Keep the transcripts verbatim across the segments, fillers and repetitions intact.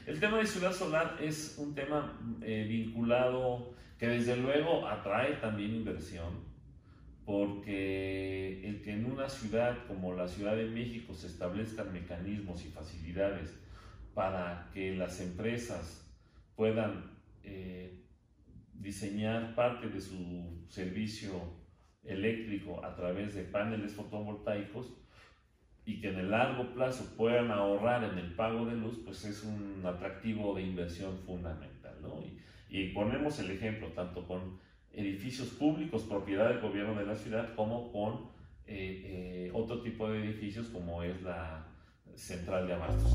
El tema de ciudad solar es un tema eh, vinculado que desde luego atrae también inversión, porque el que en una ciudad como la Ciudad de México se establezcan mecanismos y facilidades para que las empresas puedan eh, diseñar parte de su servicio eléctrico a través de paneles fotovoltaicos y que en el largo plazo puedan ahorrar en el pago de luz, pues es un atractivo de inversión fundamental, ¿no? Y, y ponemos el ejemplo tanto con edificios públicos, propiedad del gobierno de la ciudad, como con eh, eh, otro tipo de edificios como es la central de abastos.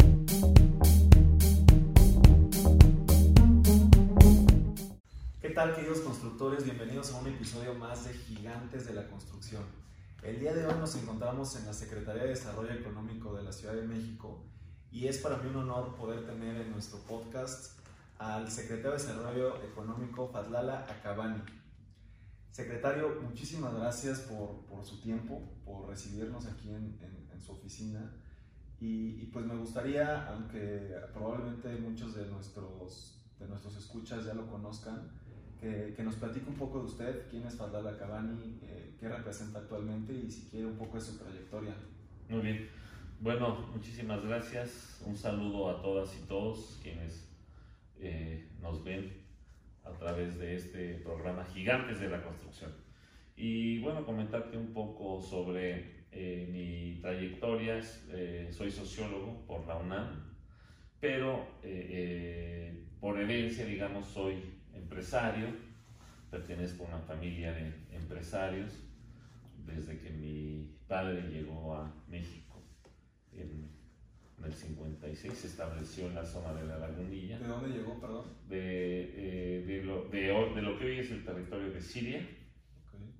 ¿Qué tal, queridos constructores? Bienvenidos a un episodio más de Gigantes de la Construcción. El día de hoy nos encontramos en la Secretaría de Desarrollo Económico de la Ciudad de México y es para mí un honor poder tener en nuestro podcast al secretario de Desarrollo Económico, Fadlala Akabani. Secretario, muchísimas gracias por, por su tiempo, por recibirnos aquí en, en, en su oficina y, y pues me gustaría, aunque probablemente muchos de nuestros, de nuestros escuchas ya lo conozcan, Que, que nos platique un poco de usted, quién es Fadlala Akabani, eh, qué representa actualmente y si quiere un poco de su trayectoria. Muy bien, bueno, muchísimas gracias, un saludo a todas y todos quienes eh, nos ven a través de este programa Gigantes de la Construcción. Y bueno, comentarte un poco sobre eh, mi trayectoria. Eh, soy sociólogo por la UNAM, pero eh, eh, por herencia, digamos, soy empresario, pertenezco a una familia de empresarios desde que mi padre llegó a México en, en el cincuenta y seis, se estableció en la zona de la Lagunilla. ¿De dónde llegó, perdón? De, eh, de, lo, de, de lo que hoy es el territorio de Siria. Okay.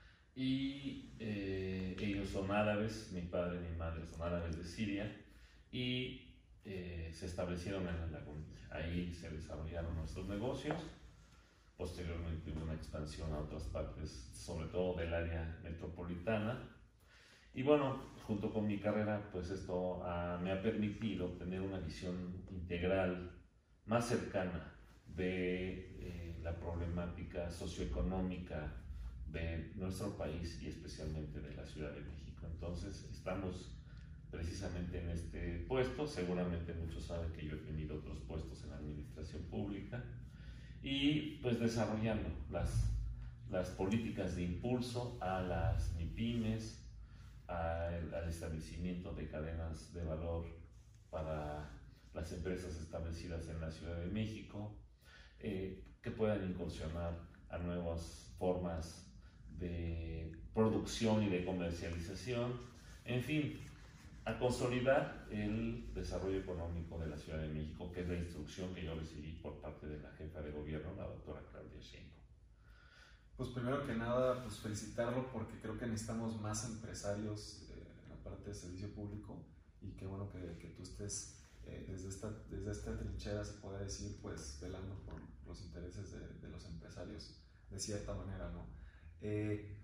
Y eh, ellos son árabes, mi padre y mi madre son árabes de Siria y eh, se establecieron en la Lagunilla. Ahí se desarrollaron nuestros negocios. Posteriormente hubo una expansión a otras partes, sobre todo del área metropolitana. Y bueno, junto con mi carrera, pues esto uh, me ha permitido tener una visión integral, más cercana de eh, la problemática socioeconómica de nuestro país y especialmente de la Ciudad de México. Entonces, estamos precisamente en este puesto. Seguramente muchos saben que yo he tenido otros puestos en la administración pública. Y pues desarrollando las, las políticas de impulso a las MIPYMES, al, al establecimiento de cadenas de valor para las empresas establecidas en la Ciudad de México, eh, que puedan incursionar a nuevas formas de producción y de comercialización, en fin, a consolidar el desarrollo económico de la Ciudad de México, que es la instrucción que yo recibí por parte de la jefa de gobierno, la doctora Claudia Sheinbaum. Pues primero que nada, pues felicitarlo porque creo que necesitamos más empresarios eh, en la parte de servicio público y qué bueno que, que tú estés eh, desde, esta, desde esta trinchera, se puede decir, pues velando por los intereses de, de los empresarios de cierta manera, ¿no? Eh,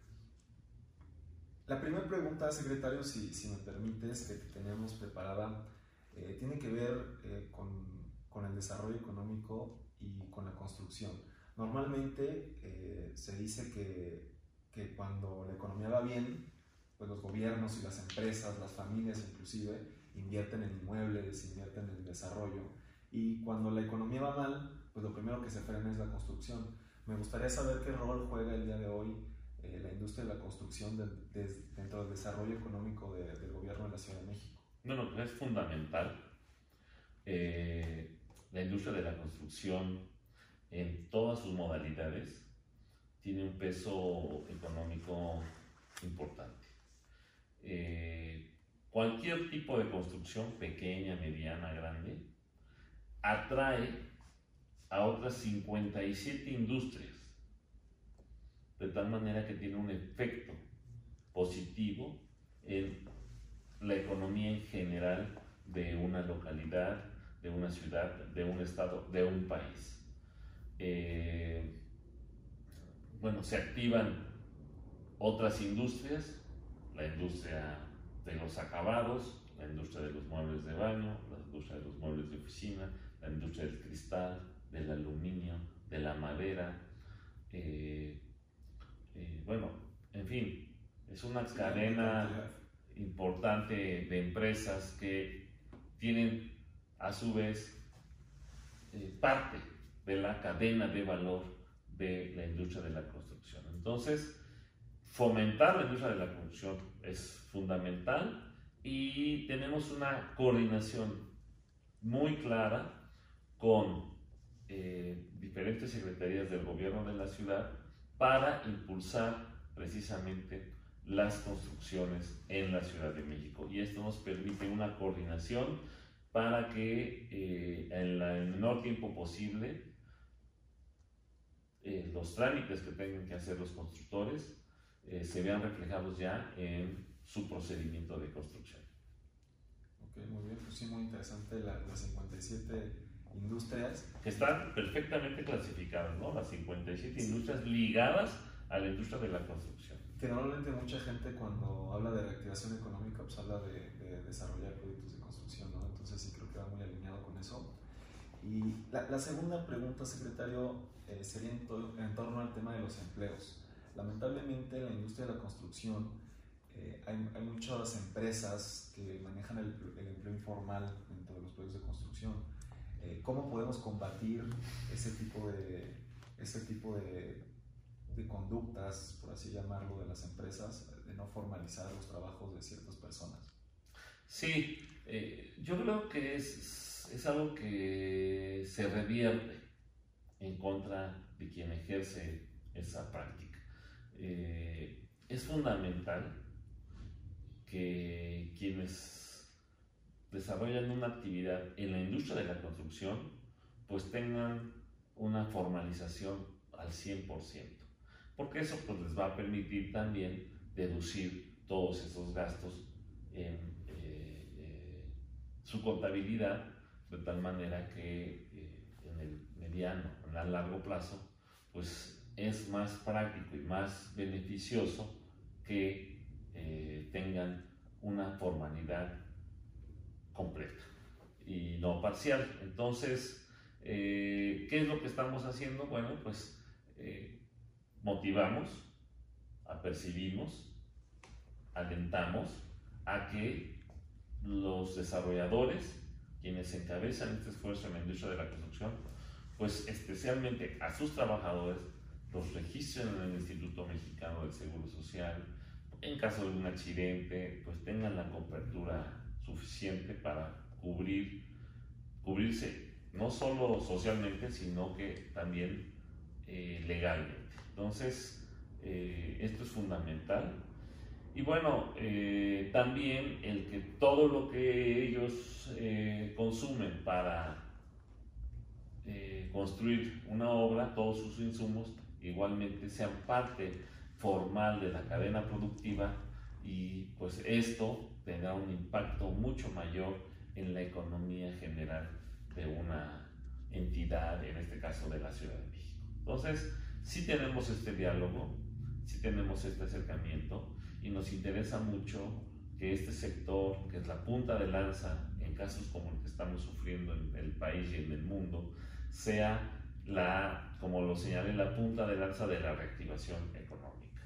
La primera pregunta, secretario, si, si me permites, que tenemos preparada, eh, tiene que ver eh, con, con el desarrollo económico y con la construcción. Normalmente eh, se dice que, que cuando la economía va bien, pues los gobiernos y las empresas, las familias inclusive, invierten en inmuebles, invierten en desarrollo. Y cuando la economía va mal, pues lo primero que se frena es la construcción. Me gustaría saber qué rol juega el día de hoy Eh, la industria de la construcción de, de, dentro del desarrollo económico de, del gobierno de la Ciudad de México. Bueno, es fundamental. Eh, la industria de la construcción en todas sus modalidades tiene un peso económico importante. Eh, cualquier tipo de construcción, pequeña, mediana, grande, atrae a otras cincuenta y siete industrias, de tal manera que tiene un efecto positivo en la economía en general de una localidad, de una ciudad, de un estado, de un país. Eh, bueno, se activan otras industrias, la industria de los acabados, la industria de los muebles de baño, la industria de los muebles de oficina, la industria del cristal, del aluminio, de la madera, eh, eh, bueno, en fin, es una sí, cadena importante de empresas que tienen a su vez eh, parte de la cadena de valor de la industria de la construcción. Entonces, fomentar la industria de la construcción es fundamental y tenemos una coordinación muy clara con eh, diferentes secretarías del gobierno de la ciudad para impulsar precisamente las construcciones en la Ciudad de México, y esto nos permite una coordinación para que eh, en la, el menor tiempo posible eh, los trámites que tengan que hacer los constructores eh, se vean reflejados ya en su procedimiento de construcción. Ok, muy bien, pues sí, muy interesante la, las cincuenta y siete industrias. Que están perfectamente clasificadas, ¿no? Las cincuenta y siete sí. industrias ligadas a la industria de la construcción. Que normalmente mucha gente cuando habla de reactivación económica pues habla de, de desarrollar proyectos de construcción, ¿no? Entonces sí creo que va muy alineado con eso. Y la, la segunda pregunta, secretario, eh, sería en, to, en torno al tema de los empleos. Lamentablemente en la industria de la construcción eh, hay, hay muchas empresas que manejan el, el empleo informal dentro de los proyectos de construcción. Eh, ¿Cómo podemos combatir ese tipo de, ese tipo de de conductas, por así llamarlo, de las empresas, de no formalizar los trabajos de ciertas personas? Sí, eh, yo creo que es, es algo que se revierte en contra de quien ejerce esa práctica. Eh, es fundamental que quienes desarrollan una actividad en la industria de la construcción pues tengan una formalización al cien por ciento. Porque eso pues, les va a permitir también deducir todos esos gastos en eh, eh, su contabilidad, de tal manera que eh, en el mediano, en el largo plazo, pues es más práctico y más beneficioso que eh, tengan una formalidad completa y no parcial. Entonces, eh, ¿qué es lo que estamos haciendo? Bueno, pues eh, motivamos, apercibimos, alentamos a que los desarrolladores, quienes encabezan este esfuerzo en la industria de la construcción, pues especialmente a sus trabajadores, los registren en el Instituto Mexicano del Seguro Social. En caso de un accidente, pues tengan la cobertura suficiente para cubrir, cubrirse no solo socialmente, sino que también eh, legalmente. Entonces, eh, esto es fundamental. Y bueno, eh, también el que todo lo que ellos eh, consumen para eh, construir una obra, todos sus insumos, igualmente sean parte formal de la cadena productiva, y pues esto tendrá un impacto mucho mayor en la economía general de una entidad, en este caso de la Ciudad de México. Entonces, sí tenemos este diálogo, sí tenemos este acercamiento, y nos interesa mucho que este sector, que es la punta de lanza en casos como el que estamos sufriendo en el país y en el mundo, sea la, como lo señalé, la punta de lanza de la reactivación económica.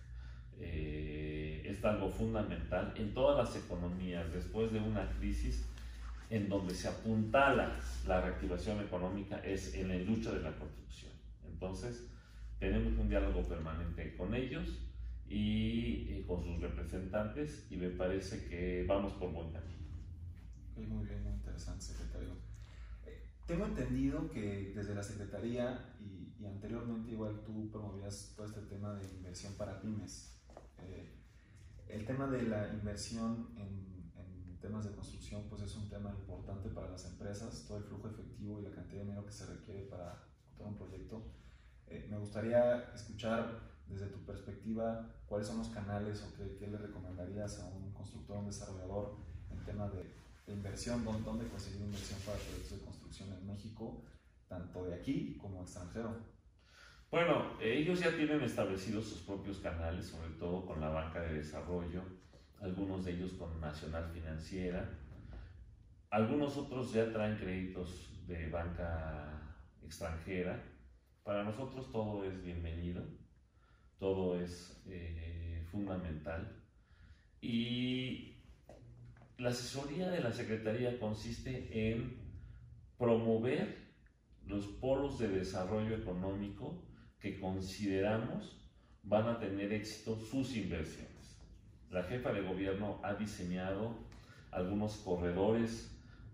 Eh, es algo fundamental en todas las economías. Después de una crisis en donde se apuntala la reactivación económica es en la industria de la construcción. Entonces, tenemos un diálogo permanente con ellos y eh, con sus representantes, y me parece que vamos por buen camino. Okay, muy bien, muy interesante, secretario. Eh, tengo entendido que desde la Secretaría y, y anteriormente igual tú promovías todo este tema de inversión para pymes. Eh, el tema de la inversión en, en temas de construcción pues es un tema importante para las empresas, todo el flujo efectivo y la cantidad de dinero que se requiere para todo un proyecto. Eh, me gustaría escuchar desde tu perspectiva cuáles son los canales o qué, qué le recomendarías a un constructor, un desarrollador en tema de, de inversión, dónde, dónde conseguir inversión para proyectos de construcción en México, tanto de aquí como extranjero. Bueno, ellos ya tienen establecidos sus propios canales, sobre todo con la banca de desarrollo, algunos de ellos con Nacional Financiera, algunos otros ya traen créditos de banca extranjera. Para nosotros todo es bienvenido, todo es eh, fundamental. Y la asesoría de la Secretaría consiste en promover los polos de desarrollo económico que consideramos van a tener éxito sus inversiones. La jefa de gobierno ha diseñado algunos corredores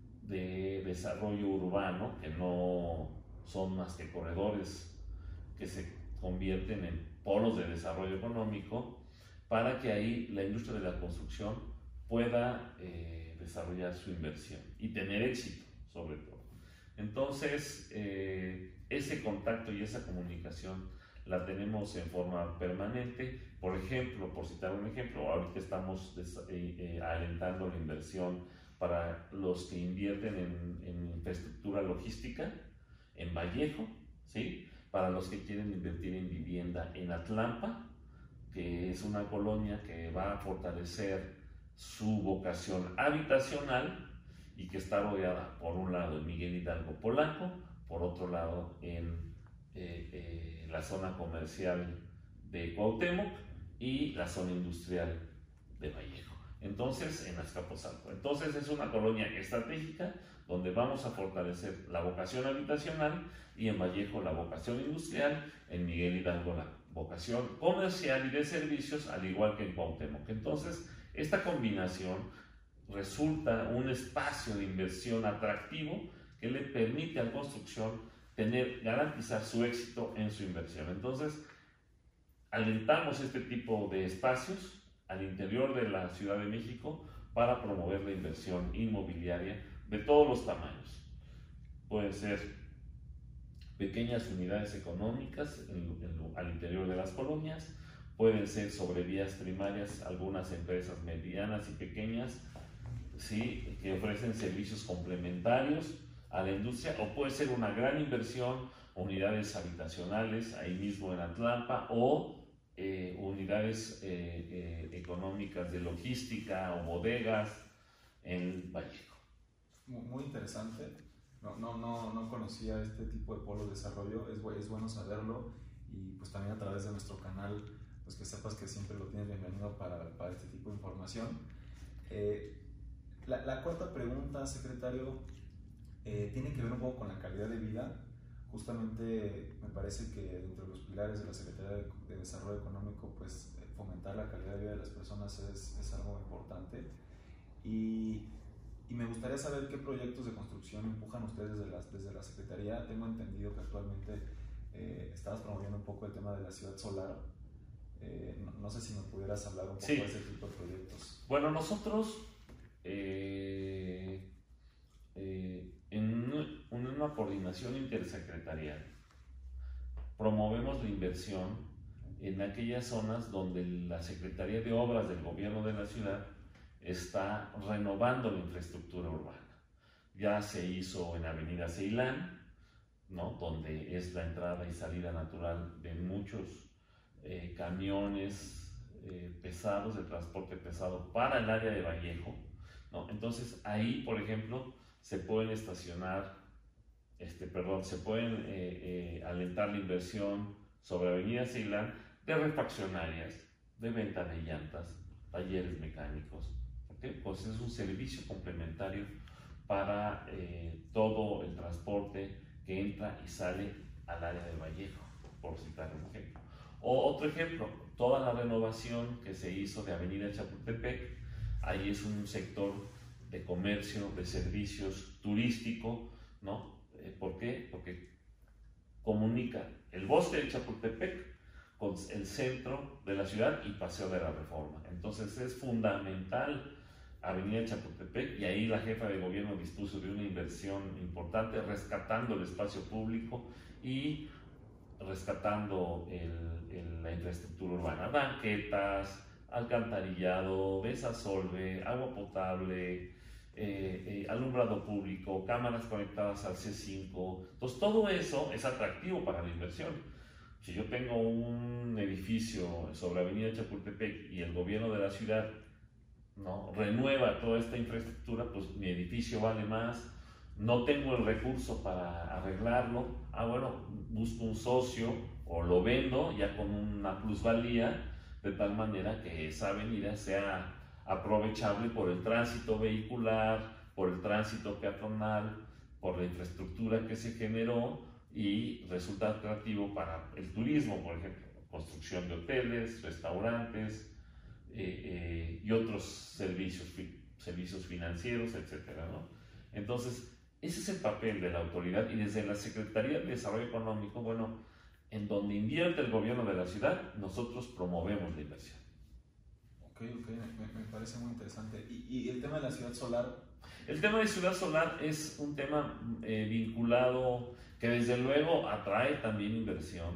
de desarrollo urbano que no son más que corredores que se convierten en polos de desarrollo económico para que ahí la industria de la construcción pueda eh, desarrollar su inversión y tener éxito sobre todo. Entonces, eh, ese contacto y esa comunicación la tenemos en forma permanente. Por ejemplo, por citar un ejemplo, ahorita estamos eh, eh, alentando la inversión para los que invierten en, en infraestructura logística en Vallejo, ¿sí? Para los que quieren invertir en vivienda en Atlampa, que es una colonia que va a fortalecer su vocación habitacional y que está rodeada por un lado en Miguel Hidalgo Polanco, por otro lado en eh, eh, la zona comercial de Cuauhtémoc y la zona industrial de Vallejo. Entonces, en Azcapotzalco. Entonces, es una colonia estratégica donde vamos a fortalecer la vocación habitacional y en Vallejo la vocación industrial, en Miguel Hidalgo la vocación comercial y de servicios, al igual que en Cuauhtémoc. Entonces, esta combinación resulta un espacio de inversión atractivo que le permite a la construcción tener, garantizar su éxito en su inversión. Entonces, alentamos este tipo de espacios al interior de la Ciudad de México para promover la inversión inmobiliaria de todos los tamaños. Pueden ser pequeñas unidades económicas en, en, al interior de las colonias, pueden ser sobre vías primarias algunas empresas medianas y pequeñas, ¿sí? Que ofrecen servicios complementarios a la industria, o puede ser una gran inversión, unidades habitacionales ahí mismo en Atlampa, o eh, unidades eh, eh, económicas de logística o bodegas en Vallejo. Muy interesante. No, no, no, no conocía este tipo de polo de desarrollo, es, es bueno saberlo, y pues también a través de nuestro canal, pues que sepas que siempre lo tienes bienvenido para, para este tipo de información. Eh, la, la cuarta pregunta, secretario, eh, tiene que ver un poco con la calidad de vida. Justamente me parece que entre los pilares de la Secretaría de, de Desarrollo Económico, pues fomentar la calidad de vida de las personas es, es algo importante. Y Y me gustaría saber qué proyectos de construcción empujan ustedes desde la, desde la Secretaría. Tengo entendido que actualmente eh, estabas promoviendo un poco el tema de la ciudad solar. Eh, no, no sé si me pudieras hablar un poco sí. de ese tipo de proyectos. Bueno, nosotros eh, eh, en, en una coordinación intersecretarial promovemos la inversión en aquellas zonas donde la Secretaría de Obras del Gobierno de la Ciudad está renovando la infraestructura urbana. Ya se hizo en Avenida Ceilán, ¿no? Donde es la entrada y salida natural de muchos eh, camiones eh, pesados, de transporte pesado para el área de Vallejo, ¿no? Entonces ahí, por ejemplo, se pueden estacionar, este, perdón, se pueden eh, eh, alentar la inversión sobre Avenida Ceilán de refaccionarias, de venta de llantas, talleres mecánicos. ¿Okay? Pues es un servicio complementario para eh, todo el transporte que entra y sale al área de Vallejo, por citar un ejemplo. O otro ejemplo, toda la renovación que se hizo de Avenida Chapultepec, ahí es un sector de comercio, de servicios turístico, ¿no? Eh, ¿Por qué? Porque comunica el bosque de Chapultepec con el centro de la ciudad y Paseo de la Reforma. Entonces es fundamental Avenida Chapultepec, y ahí la jefa de gobierno dispuso de una inversión importante rescatando el espacio público y rescatando el, el, la infraestructura urbana, banquetas, alcantarillado, desasolve, agua potable, eh, eh, alumbrado público, cámaras conectadas al C cinco. Entonces todo eso es atractivo para la inversión. Si yo tengo un edificio sobre Avenida Chapultepec y el gobierno de la ciudad, ¿no?, renueva toda esta infraestructura, pues mi edificio vale más, no tengo el recurso para arreglarlo, ah bueno, busco un socio o lo vendo ya con una plusvalía, de tal manera que esa avenida sea aprovechable por el tránsito vehicular, por el tránsito peatonal, por la infraestructura que se generó y resulta atractivo para el turismo, por ejemplo, construcción de hoteles, restaurantes eh, eh, y otros servicios, servicios financieros, etcétera, ¿no? Entonces, ese es el papel de la autoridad y desde la Secretaría de Desarrollo Económico, bueno, en donde invierte el gobierno de la ciudad, nosotros promovemos la inversión. Ok, ok, me, me parece muy interesante. ¿Y, y el tema de la ciudad solar? El tema de ciudad solar es un tema eh, vinculado que desde luego atrae también inversión,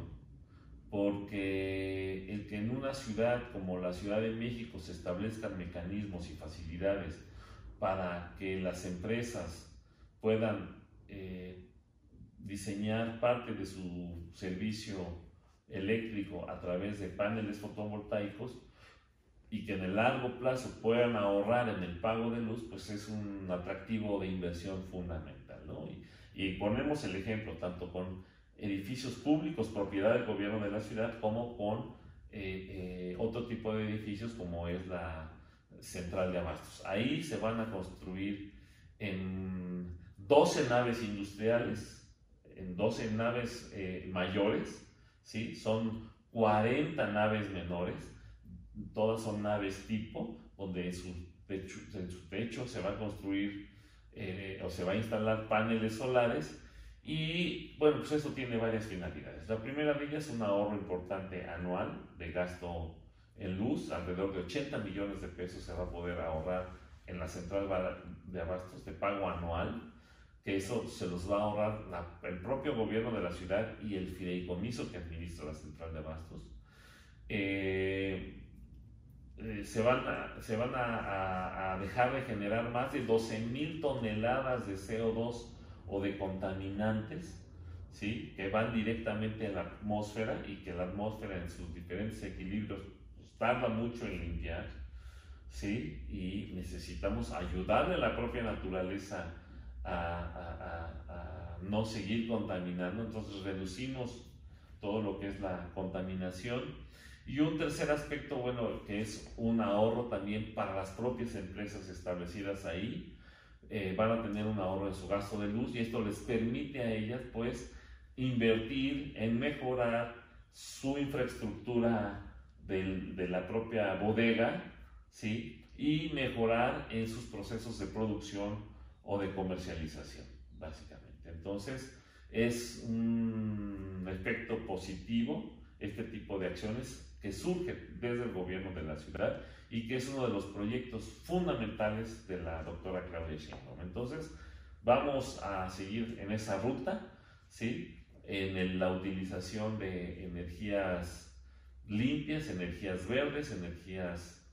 porque el que en una ciudad como la Ciudad de México se establezcan mecanismos y facilidades para que las empresas puedan eh, diseñar parte de su servicio eléctrico a través de paneles fotovoltaicos y que en el largo plazo puedan ahorrar en el pago de luz, pues es un atractivo de inversión fundamental, ¿no? Y, y ponemos el ejemplo tanto con edificios públicos, propiedad del gobierno de la ciudad, como con eh, eh, otro tipo de edificios como es la central de abastos. Ahí se van a construir en doce naves industriales, en doce naves eh, mayores, ¿sí? Son cuarenta naves menores, todas son naves tipo, donde en su techo, en su techo se va a construir eh, o se va a instalar paneles solares y bueno, pues eso tiene varias finalidades. La primera de ellas es un ahorro importante anual de gasto en luz, alrededor de ochenta millones de pesos se va a poder ahorrar en la central de abastos de pago anual, que eso se los va a ahorrar la, el propio gobierno de la ciudad y el fideicomiso que administra la central de abastos. Eh, eh, se van, a, se van a, a, a dejar de generar más de doce mil toneladas de C O dos o de contaminantes, ¿sí? Que van directamente a la atmósfera y que la atmósfera en sus diferentes equilibrios pues, tarda mucho en limpiar, ¿sí? Y necesitamos ayudarle a la propia naturaleza a, a, a, a no seguir contaminando, entonces reducimos todo lo que es la contaminación. Y un tercer aspecto, bueno, que es un ahorro también para las propias empresas establecidas ahí, eh, van a tener un ahorro en su gasto de luz y esto les permite a ellas, pues, invertir en mejorar su infraestructura del, de la propia bodega, ¿sí? Y mejorar en sus procesos de producción o de comercialización, básicamente. Entonces, es un efecto positivo este tipo de acciones que surge desde el gobierno de la ciudad y que es uno de los proyectos fundamentales de la doctora Claudia Sheinbaum. Entonces, vamos a seguir en esa ruta, ¿sí? En el, la utilización de energías limpias, energías verdes, energías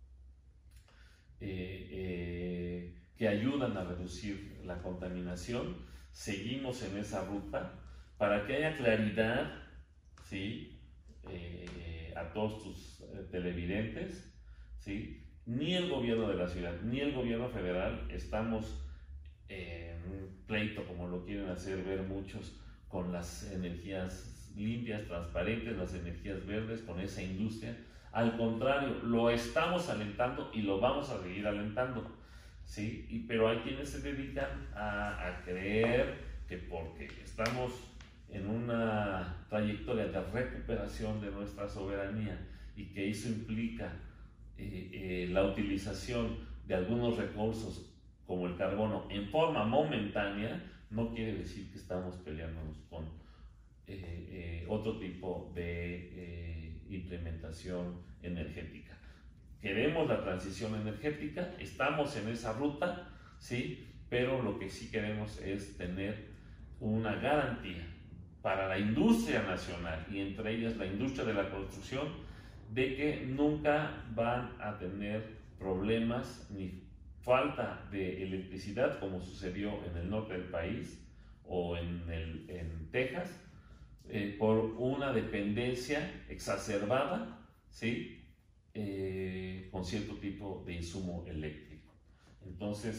eh, eh, que ayudan a reducir la contaminación. Seguimos en esa ruta para que haya claridad, ¿sí? Eh, a todos tus eh, televidentes, ¿sí? Ni el gobierno de la ciudad ni el gobierno federal estamos en un pleito como lo quieren hacer ver muchos con las energías limpias, transparentes, las energías verdes, con esa industria. Al contrario, lo estamos alentando y lo vamos a seguir alentando, ¿sí? Y, pero hay quienes se dedican a, a creer que porque estamos en una trayectoria de recuperación de nuestra soberanía y que eso implica eh, eh, la utilización de algunos recursos como el carbono en forma momentánea, no quiere decir que estamos peleándonos con eh, eh, otro tipo de eh, implementación energética. Queremos la transición energética, estamos en esa ruta, ¿sí? Pero lo que sí queremos es tener una garantía para la industria nacional y entre ellas la industria de la construcción, de que nunca van a tener problemas ni falta de electricidad como sucedió en el norte del país o en, el, en Texas, eh, por una dependencia exacerbada, ¿sí? Eh, con cierto tipo de insumo eléctrico. Entonces,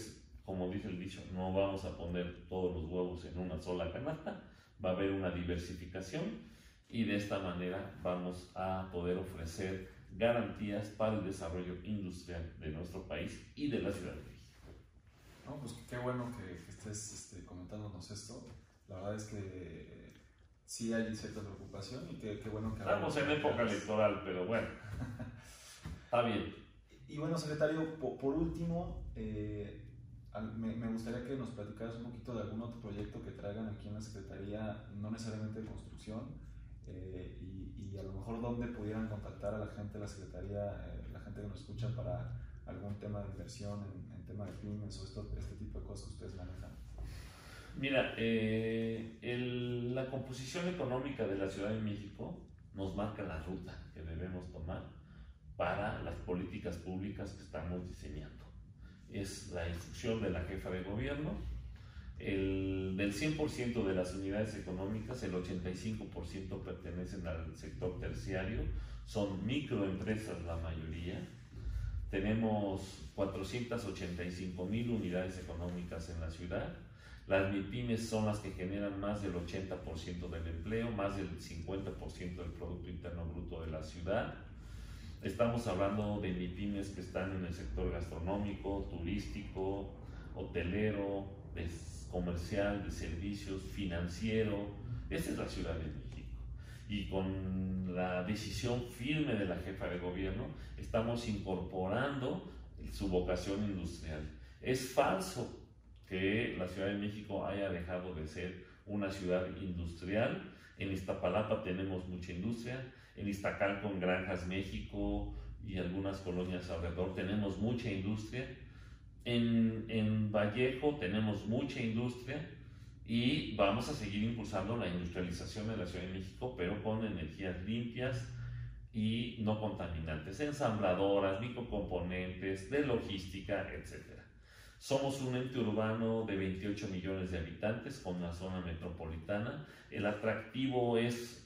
como dice el dicho, no vamos a poner todos los huevos en una sola canasta, va a haber una diversificación y de esta manera vamos a poder ofrecer garantías para el desarrollo industrial de nuestro país y de la Ciudad de México. No, pues qué bueno que, que estés este, comentándonos esto. La verdad es que sí hay cierta preocupación y qué bueno que... Estamos en época electoral, pero bueno, está bien. Y bueno, secretario, por, por último, eh, me, me gustaría que nos platicaras un poquito de algún otro proyecto que traigan aquí en la Secretaría, no necesariamente de construcción, eh, y, y a lo mejor dónde pudieran contactar a la gente de la Secretaría, eh, la gente que nos escucha para algún tema de inversión en, en tema de pymes o esto, este tipo de cosas que ustedes manejan. Mira, eh, el, la composición económica de la Ciudad de México nos marca la ruta que debemos tomar para las políticas públicas que estamos diseñando. Es la instrucción de la jefa de gobierno. El, del cien por ciento de las unidades económicas, el ochenta y cinco por ciento pertenecen al sector terciario, son microempresas la mayoría. Tenemos cuatrocientas ochenta y cinco mil unidades económicas en la ciudad. Las MIPYMES son las que generan más del ochenta por ciento del empleo, más del cincuenta por ciento del Producto Interno Bruto de la ciudad. Estamos hablando de MIPYMES que están en el sector gastronómico, turístico, hotelero, de comercial, de servicios, financiero. Esa es la Ciudad de México. Y con la decisión firme de la jefa de gobierno, estamos incorporando su vocación industrial. Es falso que la Ciudad de México haya dejado de ser una ciudad industrial. En Iztapalapa tenemos mucha industria, en Iztacalco, en Granjas México y algunas colonias alrededor tenemos mucha industria. En, en Vallejo tenemos mucha industria y vamos a seguir impulsando la industrialización de la Ciudad de México, pero con energías limpias y no contaminantes, ensambladoras, microcomponentes, de logística, etcétera. Somos un ente urbano de veintiocho millones de habitantes con una zona metropolitana. El atractivo es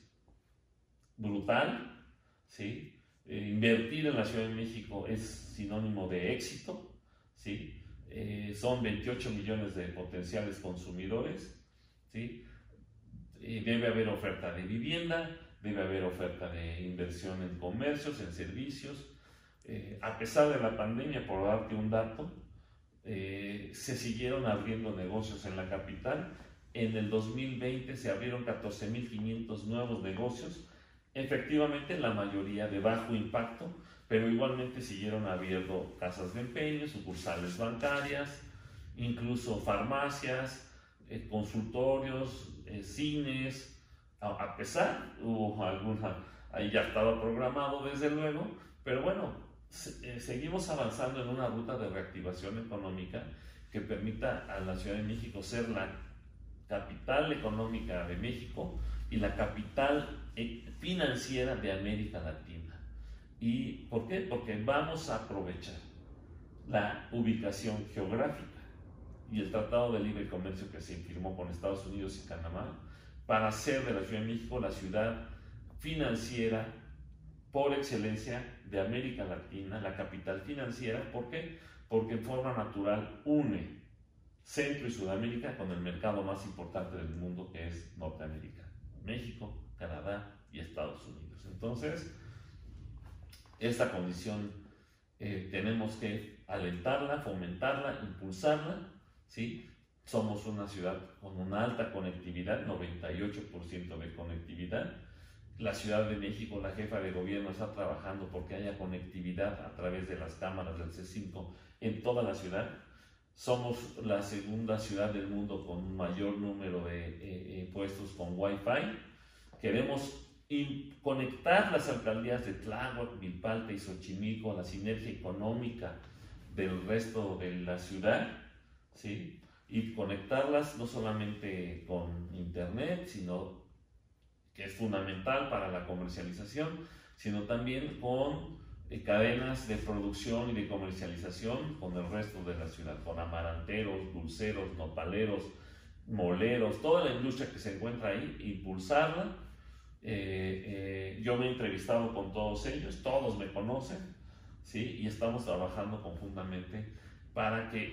brutal, ¿sí? Eh, invertir en la Ciudad de México es sinónimo de éxito, ¿sí? Eh, son veintiocho millones de potenciales consumidores, ¿sí? Eh, debe haber oferta de vivienda, debe haber oferta de inversión en comercios, en servicios. Eh, a pesar de la pandemia, por darte un dato, Eh, se siguieron abriendo negocios en la capital. En el dos mil veinte se abrieron catorce mil quinientos nuevos negocios, efectivamente la mayoría de bajo impacto, pero igualmente siguieron abriendo casas de empeño, sucursales bancarias, incluso farmacias, eh, consultorios, eh, cines. A, a pesar, hubo alguna, ahí ya estaba programado desde luego, pero bueno, seguimos avanzando en una ruta de reactivación económica que permita a la Ciudad de México ser la capital económica de México y la capital financiera de América Latina. ¿Y por qué? Porque vamos a aprovechar la ubicación geográfica y el Tratado de Libre Comercio que se firmó con Estados Unidos y Canadá para hacer de la Ciudad de México la ciudad financiera por excelencia de América Latina, la capital financiera. ¿Por qué? Porque en forma natural une Centro y Sudamérica con el mercado más importante del mundo, que es Norteamérica, México, Canadá y Estados Unidos. Entonces, esta condición eh, tenemos que alentarla, fomentarla, impulsarla, ¿sí? Somos una ciudad con una alta conectividad, noventa y ocho por ciento de conectividad. La Ciudad de México, la jefa de gobierno está trabajando porque haya conectividad a través de las cámaras del C cinco en toda la ciudad. Somos la segunda ciudad del mundo con un mayor número de eh, eh, puestos con Wi-Fi. Queremos conectar las alcaldías de Tláhuac, Milpalta y Xochimilco a la sinergia económica del resto de la ciudad, ¿sí? Y conectarlas no solamente con internet, sino que es fundamental para la comercialización, sino también con eh, cadenas de producción y de comercialización con el resto de la ciudad, con amaranteros, dulceros, nopaleros, moleros, toda la industria que se encuentra ahí, impulsarla. Eh, eh, yo me he entrevistado con todos ellos, todos me conocen, ¿sí? Y estamos trabajando conjuntamente para que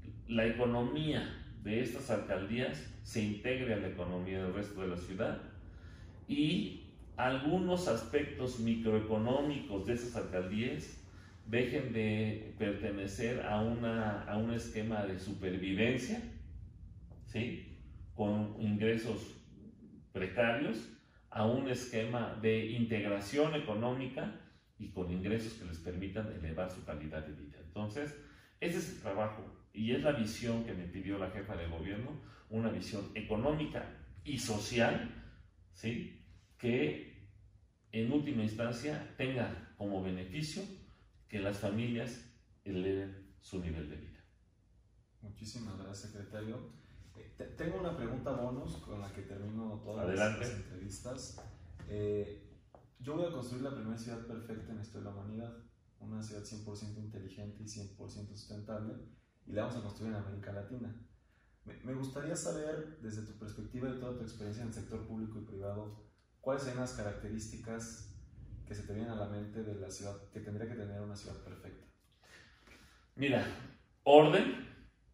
la economía de estas alcaldías se integre a la economía del resto de la ciudad y algunos aspectos microeconómicos de esas alcaldías dejen de pertenecer a, una, a un esquema de supervivencia, ¿sí?, con ingresos precarios, a un esquema de integración económica y con ingresos que les permitan elevar su calidad de vida. Entonces, ese es el trabajo y es la visión que me pidió la jefa de gobierno, una visión económica y social, ¿sí?, que en última instancia tenga como beneficio que las familias eleven su nivel de vida. Muchísimas gracias, secretario. Eh, tengo una pregunta bonus con la que termino todas Adelante. las entrevistas. Eh, yo voy a construir la primera ciudad perfecta en la historia de la humanidad, una ciudad cien por ciento inteligente y cien por ciento sustentable, y la vamos a construir en América Latina. Me, me gustaría saber, desde tu perspectiva y toda tu experiencia en el sector público y privado, ¿cuáles son las características que se te vienen a la mente de la ciudad que tendría que tener una ciudad perfecta? Mira, orden,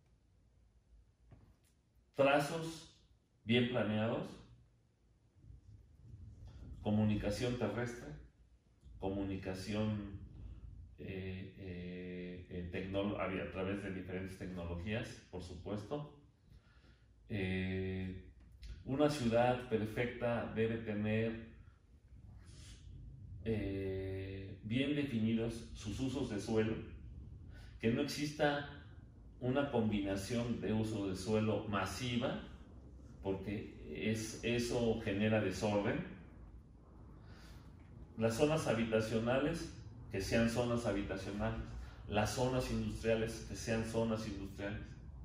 trazos bien planeados, comunicación terrestre, comunicación eh, eh, eh, tecno- a través de diferentes tecnologías, por supuesto. Eh, una ciudad perfecta debe tener Eh, bien definidos sus usos de suelo, que no exista una combinación de uso de suelo masiva, porque es, eso genera desorden. Las zonas habitacionales, que sean zonas habitacionales, las zonas industriales, que sean zonas industriales.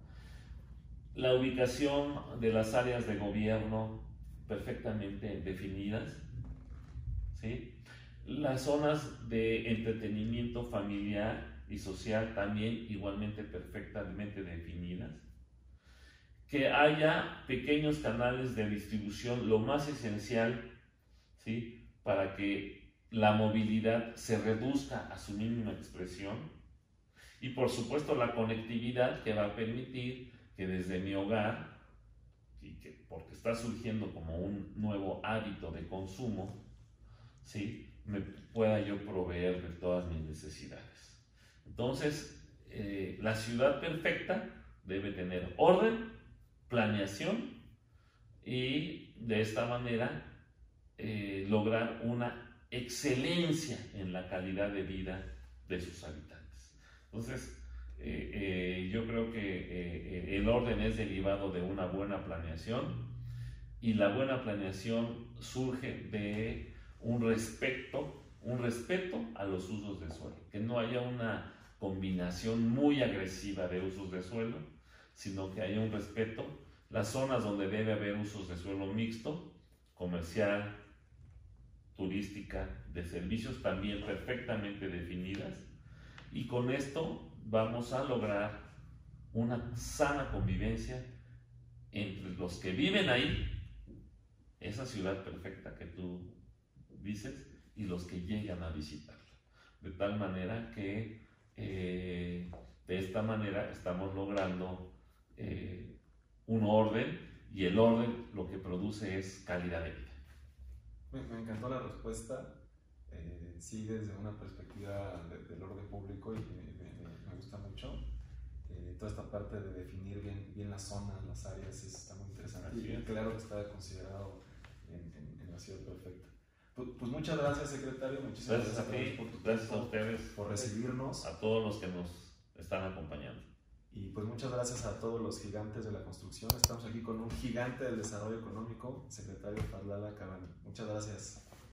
La ubicación de las áreas de gobierno perfectamente definidas, ¿sí? Las zonas de entretenimiento familiar y social también igualmente perfectamente definidas. Que haya pequeños canales de distribución, lo más esencial, ¿sí?, para que la movilidad se reduzca a su mínima expresión. Y por supuesto la conectividad que va a permitir que desde mi hogar, y que, porque está surgiendo como un nuevo hábito de consumo, ¿sí?, me pueda yo proveer de todas mis necesidades. Entonces, eh, la ciudad perfecta debe tener orden, planeación y de esta manera eh, lograr una excelencia en la calidad de vida de sus habitantes. Entonces, eh, eh, yo creo que eh, el orden es derivado de una buena planeación y la buena planeación surge de un respeto, un respeto a los usos de suelo, que no haya una combinación muy agresiva de usos de suelo, sino que haya un respeto. Las zonas donde debe haber usos de suelo mixto, comercial, turística, de servicios, también perfectamente definidas, y con esto vamos a lograr una sana convivencia entre los que viven ahí, esa ciudad perfecta que tú dices, y los que llegan a visitarla, de tal manera que eh, de esta manera estamos logrando eh, un orden, y el orden lo que produce es calidad de vida. Me, me encantó la respuesta, eh, sí, desde una perspectiva de, del orden público, y me, me, me gusta mucho eh, toda esta parte de definir bien, bien las zonas, las áreas, está muy interesante. Así y bien es. claro que está considerado en, en, en la ciudad perfecta. Pues, pues muchas gracias, secretario. Muchísimas Gracias a gracias ti, por tu gracias a tiempo, ustedes, por recibirnos. a todos los que nos están acompañando. Y pues muchas gracias a todos los gigantes de la construcción. Estamos aquí con un gigante del desarrollo económico, secretario Fadlala Cabani. Muchas gracias.